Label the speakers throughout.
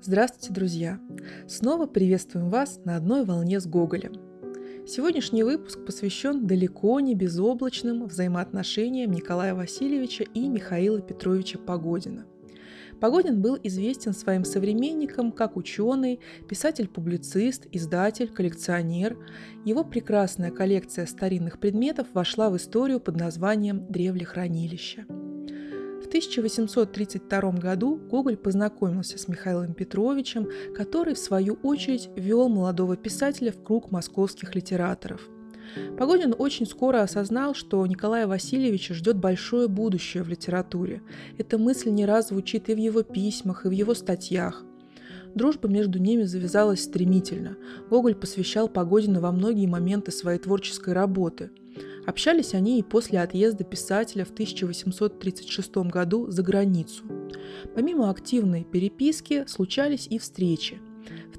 Speaker 1: Здравствуйте, друзья! Снова приветствуем вас на одной волне с Гоголем. Сегодняшний выпуск посвящен далеко не безоблачным взаимоотношениям Николая Васильевича и Михаила Петровича Погодина. Погодин был известен своим современникам как ученый, писатель-публицист, издатель, коллекционер. Его прекрасная коллекция старинных предметов вошла в историю под названием «Древлехранилище». В 1832 году Гоголь познакомился с Михаилом Петровичем, который, в свою очередь, ввел молодого писателя в круг московских литераторов. Погодин очень скоро осознал, что Николая Васильевича ждет большое будущее в литературе. Эта мысль не раз звучит и в его письмах, и в его статьях. Дружба между ними завязалась стремительно. Гоголь посвящал Погодину во многие моменты своей творческой работы. Общались они и после отъезда писателя в 1836 году за границу. Помимо активной переписки случались и встречи. В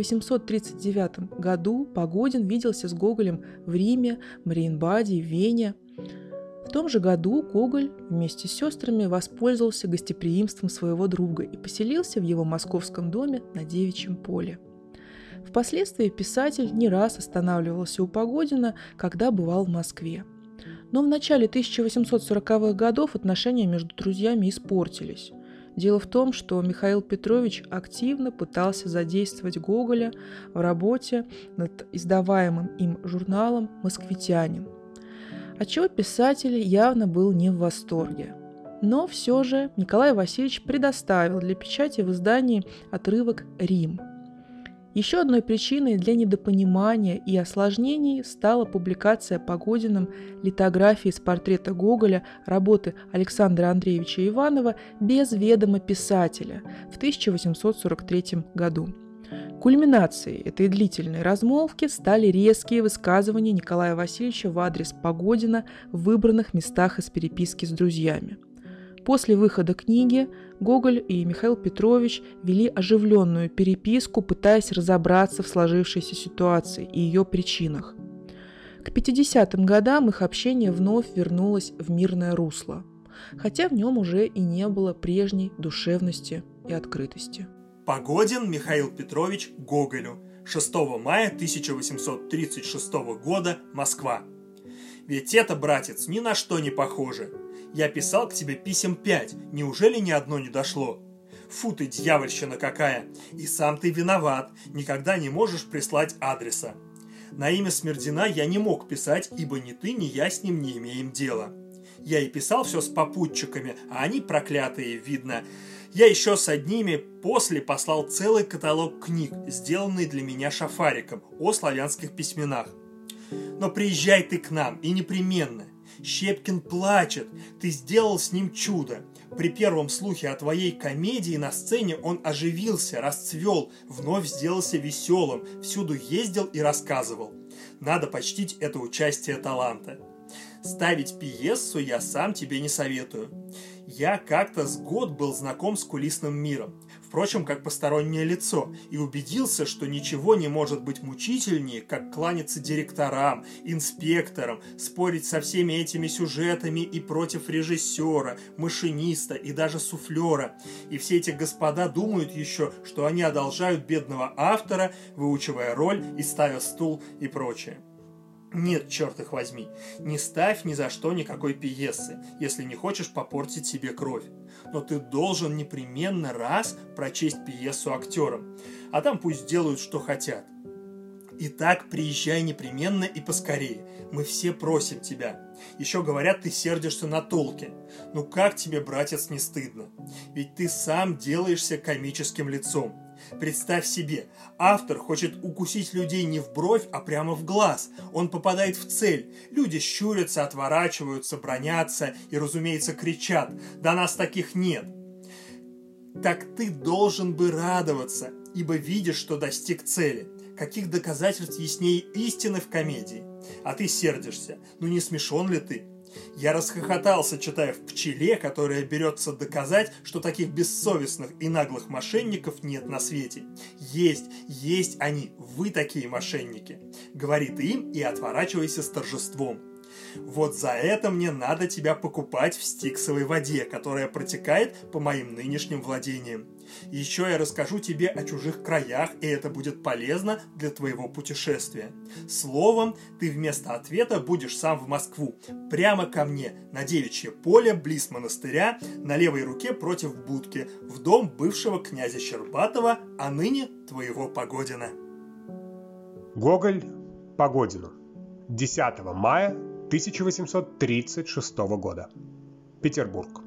Speaker 1: 1839 году Погодин виделся с Гоголем в Риме, Мариенбаде, Вене. В том же году Гоголь вместе с сестрами воспользовался гостеприимством своего друга и поселился в его московском доме на Девичьем поле. Впоследствии писатель не раз останавливался у Погодина, когда бывал в Москве. Но в начале 1840-х годов отношения между друзьями испортились. Дело в том, что Михаил Петрович активно пытался задействовать Гоголя в работе над издаваемым им журналом «Москвитянин», отчего писатель явно был не в восторге. Но все же Николай Васильевич предоставил для печати в издании отрывок «Рим». Еще одной причиной для недопонимания и осложнений стала публикация Погодиным литографии с портрета Гоголя работы Александра Андреевича Иванова без ведома писателя в 1843 году. Кульминацией этой длительной размолвки стали резкие высказывания Николая Васильевича в адрес Погодина в выбранных местах из переписки с друзьями. После выхода книги Гоголь и Михаил Петрович вели оживленную переписку, пытаясь разобраться в сложившейся ситуации и ее причинах. К 50-м годам их общение вновь вернулось в мирное русло, хотя в нем уже и не было прежней душевности и открытости.
Speaker 2: Погодин Михаил Петрович Гоголю. 6 мая 1836 года, Москва. Ведь это, братец, ни на что не похоже. Я писал к тебе писем 5, неужели ни одно не дошло? Фу ты, дьявольщина какая! И сам ты виноват, никогда не можешь прислать адреса. На имя Смердина я не мог писать, ибо ни ты, ни я с ним не имеем дела. Я и писал все с попутчиками, а они проклятые, видно. Я еще с одними после послал целый каталог книг, сделанный для меня Шафариком, о славянских письменах. Но приезжай ты к нам, и непременно. Щепкин плачет, ты сделал с ним чудо. При первом слухе о твоей комедии на сцене он оживился, расцвел, вновь сделался веселым, всюду ездил и рассказывал. Надо почтить это участие таланта. Ставить пьесу я сам тебе не советую. Я как-то с год был знаком с кулисным миром, впрочем, как постороннее лицо, и убедился, что ничего не может быть мучительнее, как кланяться директорам, инспекторам, спорить со всеми этими сюжетами и против режиссера, машиниста и даже суфлера. И все эти господа думают еще, что они одолжают бедного автора, выучивая роль и ставя стул и прочее. Нет, черт их возьми, не ставь ни за что никакой пьесы, если не хочешь попортить себе кровь. Но ты должен непременно раз прочесть пьесу актерам, а там пусть делают, что хотят. Итак, приезжай непременно и поскорее, мы все просим тебя. Еще говорят, ты сердишься на толке. Ну как тебе, братец, не стыдно? Ведь ты сам делаешься комическим лицом. Представь себе, автор хочет укусить людей не в бровь, а прямо в глаз. Он попадает в цель. Люди щурятся, отворачиваются, бранятся и, разумеется, кричат. Да нас таких нет. Так ты должен бы радоваться, ибо видишь, что достиг цели. Каких доказательств яснее истины в комедии? А ты сердишься. Ну не смешон ли ты? Я расхохотался, читая в «Пчеле», которая берется доказать, что таких бессовестных и наглых мошенников нет на свете. Есть они, вы такие мошенники. Говорит им и отворачивайся с торжеством. Вот за это мне надо тебя покупать в стиксовой воде, которая протекает по моим нынешним владениям. Еще я расскажу тебе о чужих краях, и это будет полезно для твоего путешествия. Словом, ты вместо ответа будешь сам в Москву, прямо ко мне, на Девичье поле, близ монастыря, на левой руке против будки, в дом бывшего князя Щербатова, а ныне твоего Погодина.
Speaker 3: Гоголь Погодину. 10 мая 1836 года. Петербург.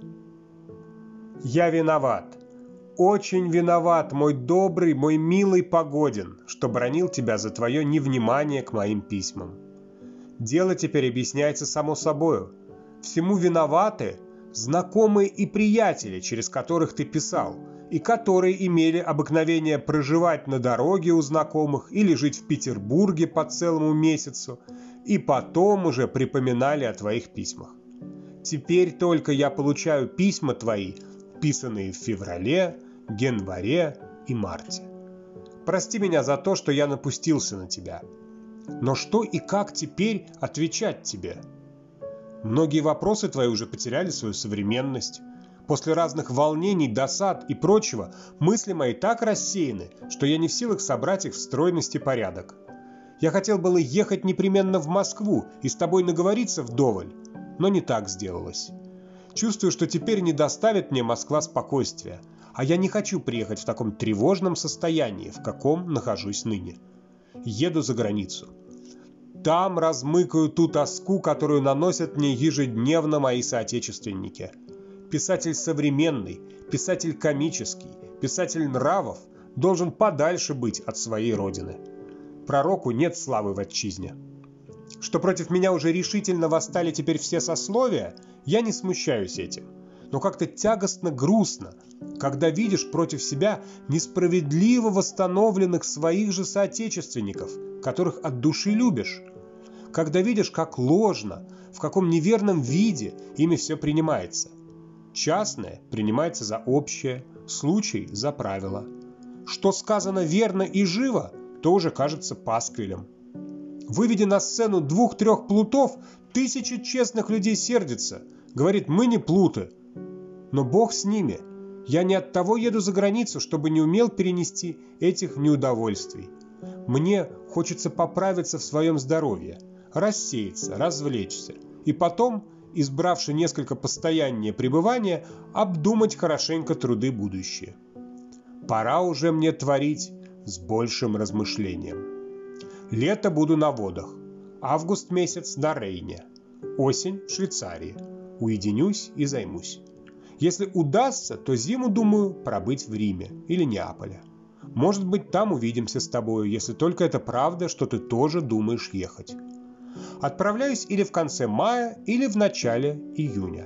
Speaker 3: Я виноват. Очень виноват, мой добрый, мой милый Погодин, что бранил тебя за твое невнимание к моим письмам. Дело теперь объясняется само собою. Всему виноваты знакомые и приятели, через которых ты писал, и которые имели обыкновение проживать на дороге у знакомых или жить в Петербурге по целому месяцу, и потом уже припоминали о твоих письмах. Теперь только я получаю письма твои, писанные в феврале, январе и марте. Прости меня за то, что я напустился на тебя. Но что и как теперь отвечать тебе? Многие вопросы твои уже потеряли свою современность. После разных волнений, досад и прочего мысли мои так рассеяны, что я не в силах собрать их в стройность и порядок. Я хотел было ехать непременно в Москву и с тобой наговориться вдоволь, но не так сделалось. Чувствую, что теперь не доставит мне Москва спокойствия, а я не хочу приехать в таком тревожном состоянии, в каком нахожусь ныне. Еду за границу. Там размыкаю ту тоску, которую наносят мне ежедневно мои соотечественники. Писатель современный, писатель комический, писатель нравов должен подальше быть от своей родины. Пророку нет славы в отчизне. Что против меня уже решительно восстали теперь все сословия, я не смущаюсь этим. Но как-то тягостно грустно, когда видишь против себя несправедливо восстановленных своих же соотечественников, которых от души любишь. Когда видишь, как ложно, в каком неверном виде ими все принимается. Частное принимается за общее, случай за правило. Что сказано верно и живо, то уже кажется пасквилем. Выведя на сцену 2-3 плутов, тысячи честных людей сердятся. Говорит, мы не плуты. Но Бог с ними. Я не от того еду за границу, чтобы не умел перенести этих неудовольствий. Мне хочется поправиться в своем здоровье, рассеяться, развлечься. И потом, избравши несколько постояннее пребывания, обдумать хорошенько труды будущие. Пора уже мне творить с большим размышлением. Лето буду на водах, август месяц на Рейне, осень в Швейцарии. Уединюсь и займусь. Если удастся, то зиму, думаю, пробыть в Риме или Неаполе. Может быть, там увидимся с тобою, если только это правда, что ты тоже думаешь ехать. Отправляюсь или в конце мая, или в начале июня.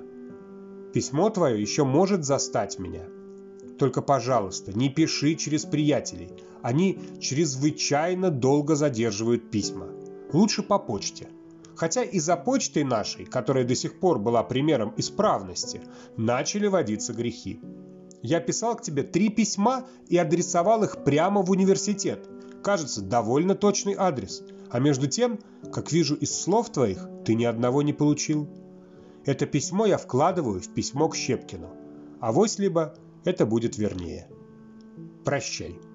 Speaker 3: Письмо твое еще может застать меня. Только, пожалуйста, не пиши через приятелей. Они чрезвычайно долго задерживают письма. Лучше по почте. Хотя и за почтой нашей, которая до сих пор была примером исправности, начали водиться грехи. Я писал к тебе 3 письма и адресовал их прямо в университет. Кажется, довольно точный адрес. А между тем, как вижу из слов твоих, ты ни одного не получил. Это письмо я вкладываю в письмо к Щепкину. Авось либо это будет вернее. Прощай.